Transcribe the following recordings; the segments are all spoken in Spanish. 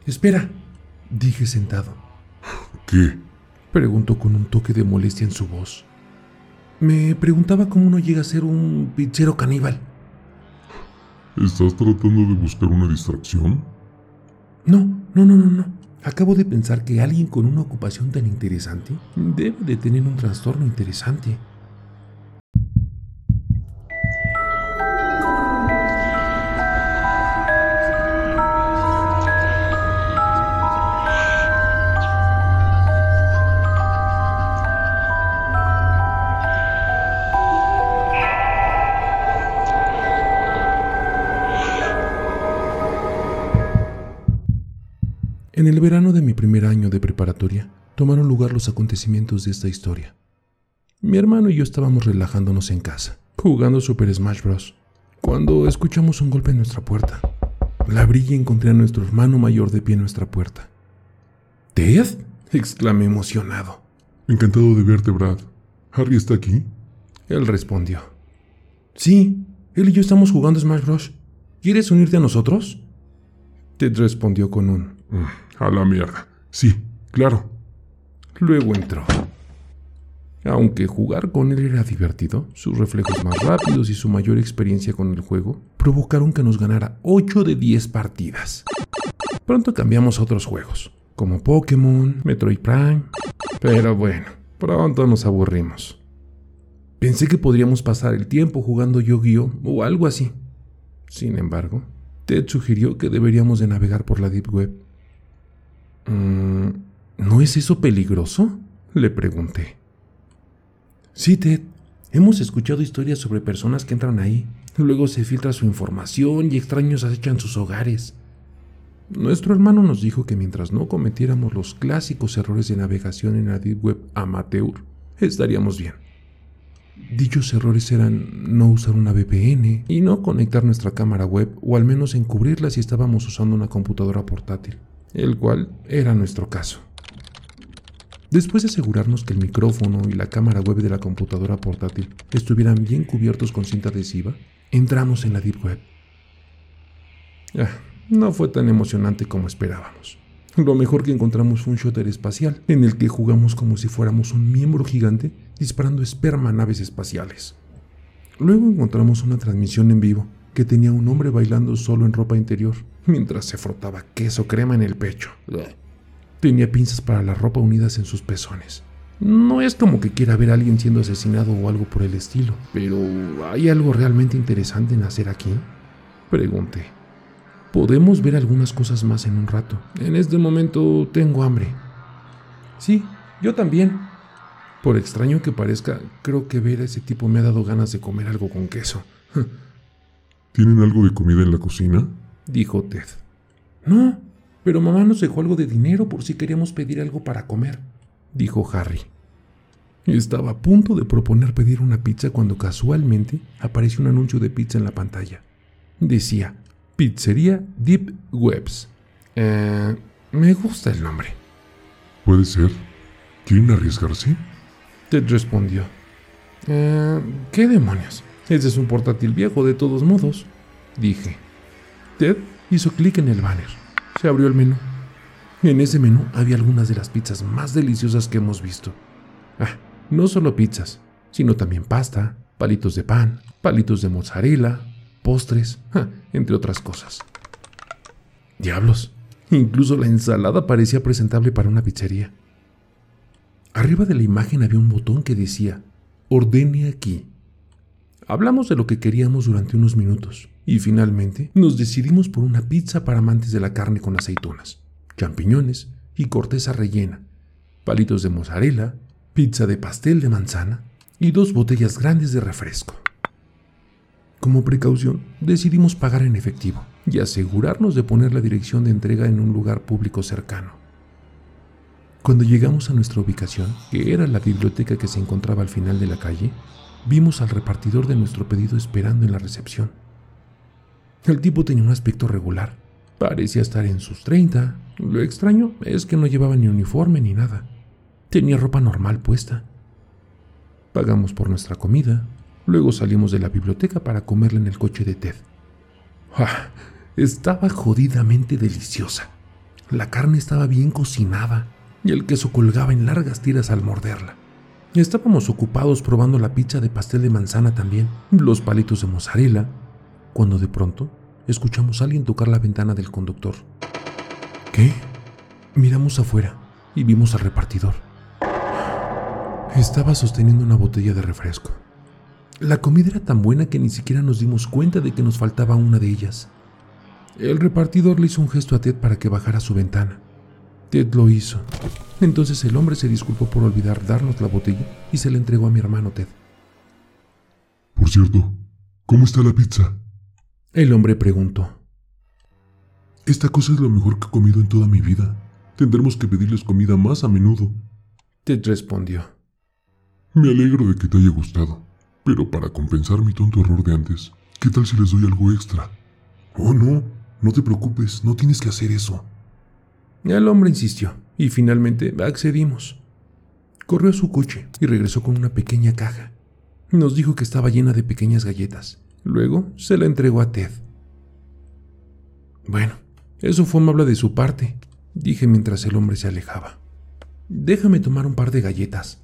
Espera, dije sentado. ¿Qué? Preguntó con un toque de molestia en su voz. Me preguntaba cómo uno llega a ser un pizzero caníbal. ¿Estás tratando de buscar una distracción? No. Acabo de pensar que alguien con una ocupación tan interesante debe de tener un trastorno interesante. En el verano de mi primer año de preparatoria, tomaron lugar los acontecimientos de esta historia. Mi hermano y yo estábamos relajándonos en casa, jugando Super Smash Bros., cuando escuchamos un golpe en nuestra puerta. La abrí y encontré a nuestro hermano mayor de pie en nuestra puerta. ¿Ted?, exclamé emocionado. Encantado de verte, Brad. ¿Harry está aquí? Él respondió. Sí, él y yo estamos jugando Smash Bros. ¿Quieres unirte a nosotros? Ted respondió con un... A la mierda. Sí, claro. Luego entró. Aunque jugar con él era divertido, sus reflejos más rápidos y su mayor experiencia con el juego provocaron que nos ganara 8 de 10 partidas. Pronto cambiamos a otros juegos, como Pokémon, Metroid Prime, pero bueno, pronto nos aburrimos. Pensé que podríamos pasar el tiempo jugando Yu-Gi-Oh o algo así. Sin embargo, Ted sugirió que deberíamos de navegar por la Deep Web. ¿No es eso peligroso?, le pregunté. Sí, Ted. Hemos escuchado historias sobre personas que entran ahí. Luego se filtra su información y extraños acechan sus hogares. Nuestro hermano nos dijo que mientras no cometiéramos los clásicos errores de navegación en la Deep Web amateur, estaríamos bien. Dichos errores eran no usar una VPN y no conectar nuestra cámara web, o al menos encubrirla si estábamos usando una computadora portátil, el cual era nuestro caso. Después de asegurarnos que el micrófono y la cámara web de la computadora portátil estuvieran bien cubiertos con cinta adhesiva, entramos en la Deep Web. No fue tan emocionante como esperábamos. Lo mejor que encontramos fue un shooter espacial, en el que jugamos como si fuéramos un miembro gigante disparando esperma a naves espaciales. Luego encontramos una transmisión en vivo que tenía un hombre bailando solo en ropa interior, mientras se frotaba queso crema en el pecho. Tenía pinzas para la ropa unidas en sus pezones. No es como que quiera ver a alguien siendo asesinado o algo por el estilo, pero ¿hay algo realmente interesante en hacer aquí?, pregunté. Podemos ver algunas cosas más en un rato. En este momento tengo hambre. Sí, yo también. Por extraño que parezca, creo que ver a ese tipo me ha dado ganas de comer algo con queso. ¿Tienen algo de comida en la cocina?, dijo Ted. No, pero mamá nos dejó algo de dinero por si queríamos pedir algo para comer, dijo Harry. Estaba a punto de proponer pedir una pizza cuando casualmente apareció un anuncio de pizza en la pantalla. Decía, Pizzería Deep Webs. Me gusta el nombre. Puede ser. ¿Quieren arriesgarse? Ted respondió. ¿Qué demonios? Ese es un portátil viejo de todos modos, dije. Ted hizo clic en el banner. Se abrió el menú. En ese menú había algunas de las pizzas más deliciosas que hemos visto. No solo pizzas, sino también pasta, palitos de pan, palitos de mozzarella, postres, entre otras cosas. Diablos, incluso la ensalada parecía presentable para una pizzería. Arriba de la imagen había un botón que decía, ordene aquí. Hablamos de lo que queríamos durante unos minutos y finalmente nos decidimos por una pizza para amantes de la carne con aceitunas, champiñones y corteza rellena, palitos de mozzarella, pizza de pastel de manzana y 2 botellas grandes de refresco. Como precaución, decidimos pagar en efectivo y asegurarnos de poner la dirección de entrega en un lugar público cercano. Cuando llegamos a nuestra ubicación, que era la biblioteca que se encontraba al final de la calle, vimos al repartidor de nuestro pedido esperando en la recepción. El tipo tenía un aspecto regular. Parecía estar en sus 30. Lo extraño es que no llevaba ni uniforme ni nada. Tenía ropa normal puesta. Pagamos por nuestra comida. Luego salimos de la biblioteca para comerla en el coche de Ted. Estaba jodidamente deliciosa. La carne estaba bien cocinada y el queso colgaba en largas tiras al morderla. Estábamos ocupados probando la pizza de pastel de manzana también, los palitos de mozzarella, cuando de pronto escuchamos a alguien tocar la ventana del conductor. ¿Qué? Miramos afuera y vimos al repartidor. Estaba sosteniendo una botella de refresco. La comida era tan buena que ni siquiera nos dimos cuenta de que nos faltaba una de ellas. El repartidor le hizo un gesto a Ted para que bajara su ventana. Ted lo hizo. Entonces el hombre se disculpó por olvidar darnos la botella y se la entregó a mi hermano Ted. Por cierto, ¿cómo está la pizza? El hombre preguntó. Esta cosa es lo mejor que he comido en toda mi vida. Tendremos que pedirles comida más a menudo. Ted respondió. Me alegro de que te haya gustado, pero para compensar mi tonto error de antes, ¿qué tal si les doy algo extra? Oh, no te preocupes, no tienes que hacer eso. El hombre insistió y finalmente accedimos. Corrió a su coche y regresó con una pequeña caja. Nos dijo que estaba llena de pequeñas galletas. Luego se la entregó a Ted. Bueno, eso fue amable de su parte, dije mientras el hombre se alejaba. Déjame tomar un par de galletas.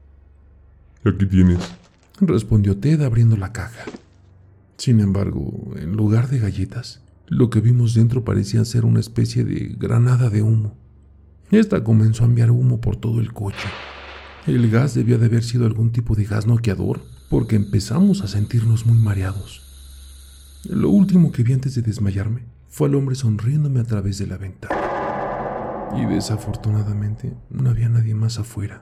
Aquí tienes, respondió Ted abriendo la caja. Sin embargo, en lugar de galletas, lo que vimos dentro parecía ser una especie de granada de humo. Esta comenzó a enviar humo por todo el coche. El gas debió de haber sido algún tipo de gas noqueador, porque empezamos a sentirnos muy mareados. Lo último que vi antes de desmayarme fue al hombre sonriéndome a través de la ventana. Y desafortunadamente no había nadie más afuera.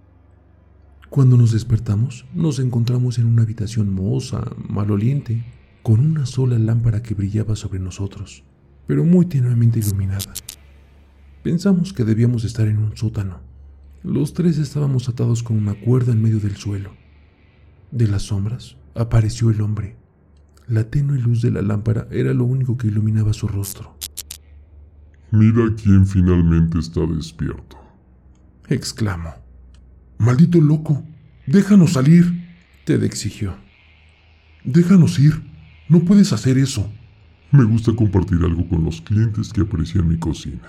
Cuando nos despertamos, nos encontramos en una habitación mohosa, maloliente, con una sola lámpara que brillaba sobre nosotros, pero muy tenuemente iluminada. Pensamos que debíamos estar en un sótano. Los tres estábamos atados con una cuerda en medio del suelo. De las sombras apareció el hombre. La tenue luz de la lámpara era lo único que iluminaba su rostro. Mira quién finalmente está despierto, exclamó. ¡Maldito loco! ¡Déjanos salir! Ted exigió. ¡Déjanos ir! ¡No puedes hacer eso! Me gusta compartir algo con los clientes que aprecian mi cocina.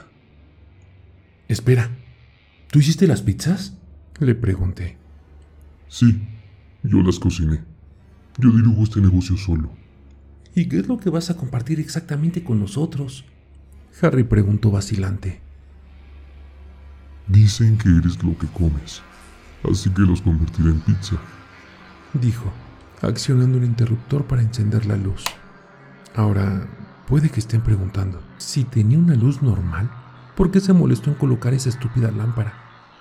Espera, ¿tú hiciste las pizzas? Le pregunté. Sí, yo las cociné. Yo dirijo este negocio solo. ¿Y qué es lo que vas a compartir exactamente con nosotros? Harry preguntó vacilante. Dicen que eres lo que comes, así que los convertiré en pizza, dijo, accionando un interruptor para encender la luz. Ahora, puede que estén preguntando, si tenía una luz normal, ¿por qué se molestó en colocar esa estúpida lámpara?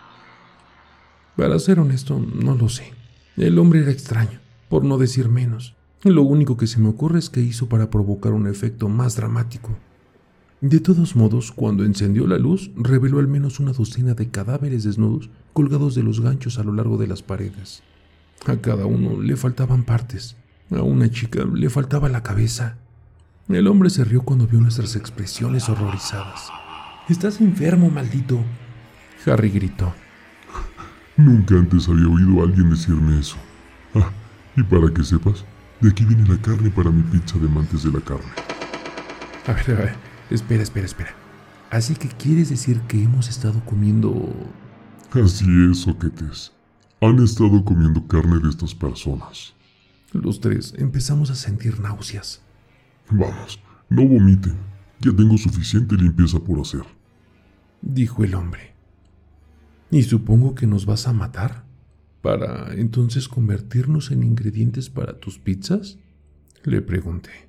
Para ser honesto, no lo sé. El hombre era extraño, por no decir menos. Lo único que se me ocurre es que hizo para provocar un efecto más dramático. De todos modos, cuando encendió la luz, reveló al menos una docena de cadáveres desnudos colgados de los ganchos a lo largo de las paredes. A cada uno le faltaban partes. A una chica le faltaba la cabeza. El hombre se rió cuando vio nuestras expresiones horrorizadas. «¡Estás enfermo, maldito!», Harry gritó. Nunca antes había oído a alguien decirme eso. Ah, y para que sepas, de aquí viene la carne para mi pizza de amantes de la carne. A ver, espera. Así que quieres decir que hemos estado comiendo... Así es, soquetes. Han estado comiendo carne de estas personas. Los tres empezamos a sentir náuseas. Vamos, no vomiten. Ya tengo suficiente limpieza por hacer, dijo el hombre. ¿Y supongo que nos vas a matar? ¿Para entonces convertirnos en ingredientes para tus pizzas?, le pregunté.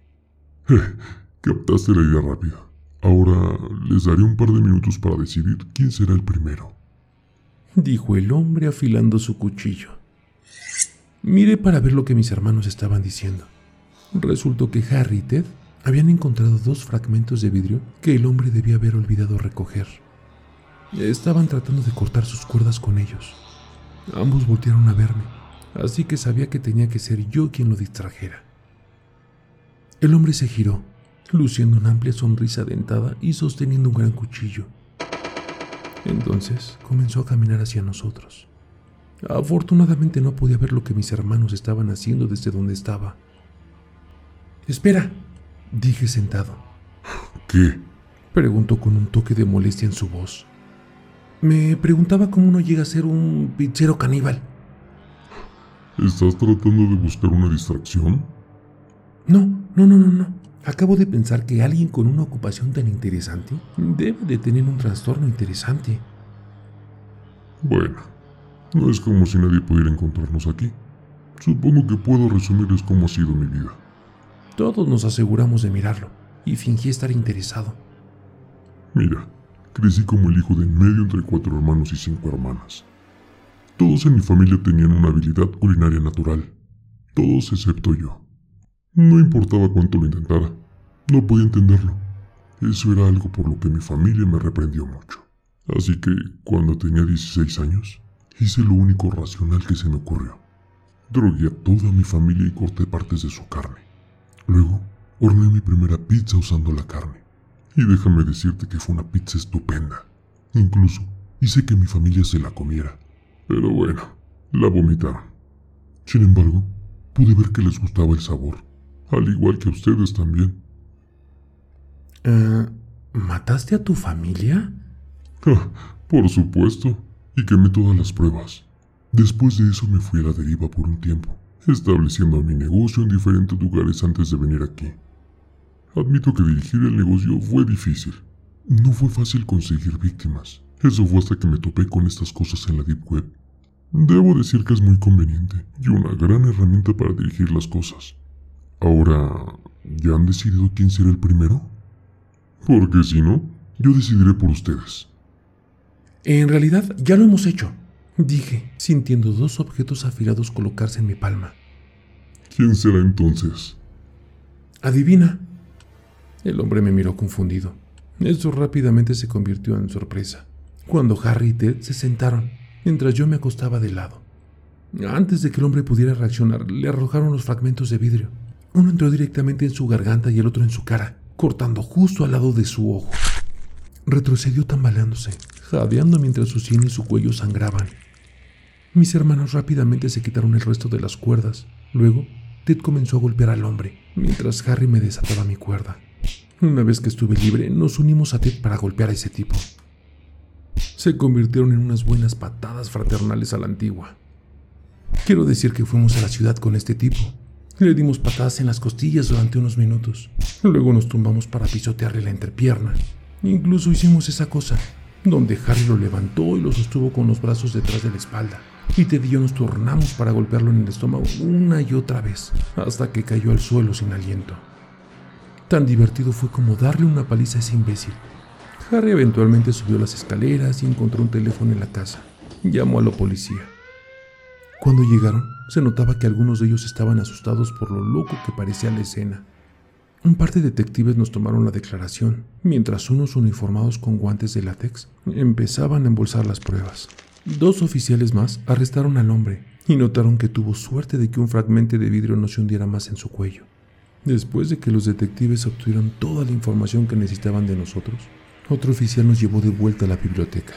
Captaste la idea rápida. Ahora les daré un par de minutos para decidir quién será el primero, dijo el hombre afilando su cuchillo. Miré para ver lo que mis hermanos estaban diciendo. Resultó que Harry y Ted habían encontrado 2 fragmentos de vidrio que el hombre debía haber olvidado recoger. Estaban tratando de cortar sus cuerdas con ellos. Ambos voltearon a verme, así que sabía que tenía que ser yo quien lo distrajera. El hombre se giró, luciendo una amplia sonrisa dentada y sosteniendo un gran cuchillo. Entonces comenzó a caminar hacia nosotros. Afortunadamente no podía ver lo que mis hermanos estaban haciendo desde donde estaba. «Espera», dije sentado. ¿Qué?, Preguntó con un toque de molestia en su voz. Me preguntaba cómo uno llega a ser un pizzero caníbal. ¿Estás tratando de buscar una distracción? No. Acabo de pensar que alguien con una ocupación tan interesante debe de tener un trastorno interesante. Bueno, no es como si nadie pudiera encontrarnos aquí. Supongo que puedo resumirles cómo ha sido mi vida. Todos nos aseguramos de mirarlo y fingí estar interesado. Mira, crecí como el hijo de en medio entre 4 hermanos y 5 hermanas. Todos en mi familia tenían una habilidad culinaria natural. Todos excepto yo. No importaba cuánto lo intentara, no podía entenderlo. Eso era algo por lo que mi familia me reprendió mucho. Así que, cuando tenía 16 años, hice lo único racional que se me ocurrió. Drogué a toda mi familia y corté partes de su carne. Luego, horneé mi primera pizza usando la carne. Y déjame decirte que fue una pizza estupenda. Incluso, hice que mi familia se la comiera. Pero bueno, la vomitaron. Sin embargo, pude ver que les gustaba el sabor. Al igual que a ustedes también. ¿Mataste a tu familia? Por supuesto, y quemé todas las pruebas. Después de eso me fui a la deriva por un tiempo, estableciendo mi negocio en diferentes lugares antes de venir aquí. Admito que dirigir el negocio fue difícil. No fue fácil conseguir víctimas. Eso fue hasta que me topé con estas cosas en la Deep Web. Debo decir que es muy conveniente y una gran herramienta para dirigir las cosas. Ahora, ¿ya han decidido quién será el primero? Porque si no, yo decidiré por ustedes. En realidad, ya lo hemos hecho, dije, sintiendo 2 objetos afilados colocarse en mi palma. ¿Quién será entonces? Adivina. El hombre me miró confundido. Esto rápidamente se convirtió en sorpresa, cuando Harry y Ted se sentaron, mientras yo me acostaba de lado. Antes de que el hombre pudiera reaccionar, le arrojaron los fragmentos de vidrio. Uno entró directamente en su garganta y el otro en su cara, cortando justo al lado de su ojo. Retrocedió tambaleándose, jadeando mientras su sien y su cuello sangraban. Mis hermanos rápidamente se quitaron el resto de las cuerdas. Luego, Ted comenzó a golpear al hombre, mientras Harry me desataba mi cuerda. Una vez que estuve libre, nos unimos a Ted para golpear a ese tipo. Se convirtieron en unas buenas patadas fraternales a la antigua. Quiero decir que fuimos a la ciudad con este tipo. Le dimos patadas en las costillas durante unos minutos. Luego nos tumbamos para pisotearle la entrepierna. Incluso hicimos esa cosa, donde Harry lo levantó y lo sostuvo con los brazos detrás de la espalda. Y Ted y yo nos tornamos para golpearlo en el estómago una y otra vez, hasta que cayó al suelo sin aliento. Tan divertido fue como darle una paliza a ese imbécil. Harry eventualmente subió las escaleras y encontró un teléfono en la casa. Llamó a la policía. Cuando llegaron, se notaba que algunos de ellos estaban asustados por lo loco que parecía la escena. Un par de detectives nos tomaron la declaración, mientras unos uniformados con guantes de látex empezaban a embolsar las pruebas. 2 oficiales más arrestaron al hombre y notaron que tuvo suerte de que un fragmento de vidrio no se hundiera más en su cuello. Después de que los detectives obtuvieron toda la información que necesitaban de nosotros, otro oficial nos llevó de vuelta a la biblioteca.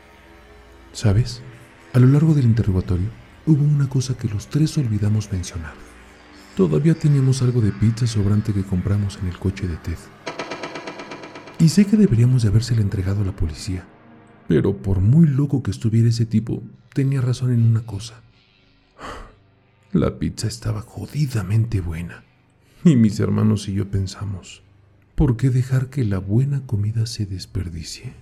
¿Sabes? A lo largo del interrogatorio, hubo una cosa que los 3 olvidamos mencionar. Todavía teníamos algo de pizza sobrante que compramos en el coche de Ted. Y sé que deberíamos de habérsela entregado a la policía, pero por muy loco que estuviera ese tipo, tenía razón en una cosa. La pizza estaba jodidamente buena. Y mis hermanos y yo pensamos, ¿por qué dejar que la buena comida se desperdicie?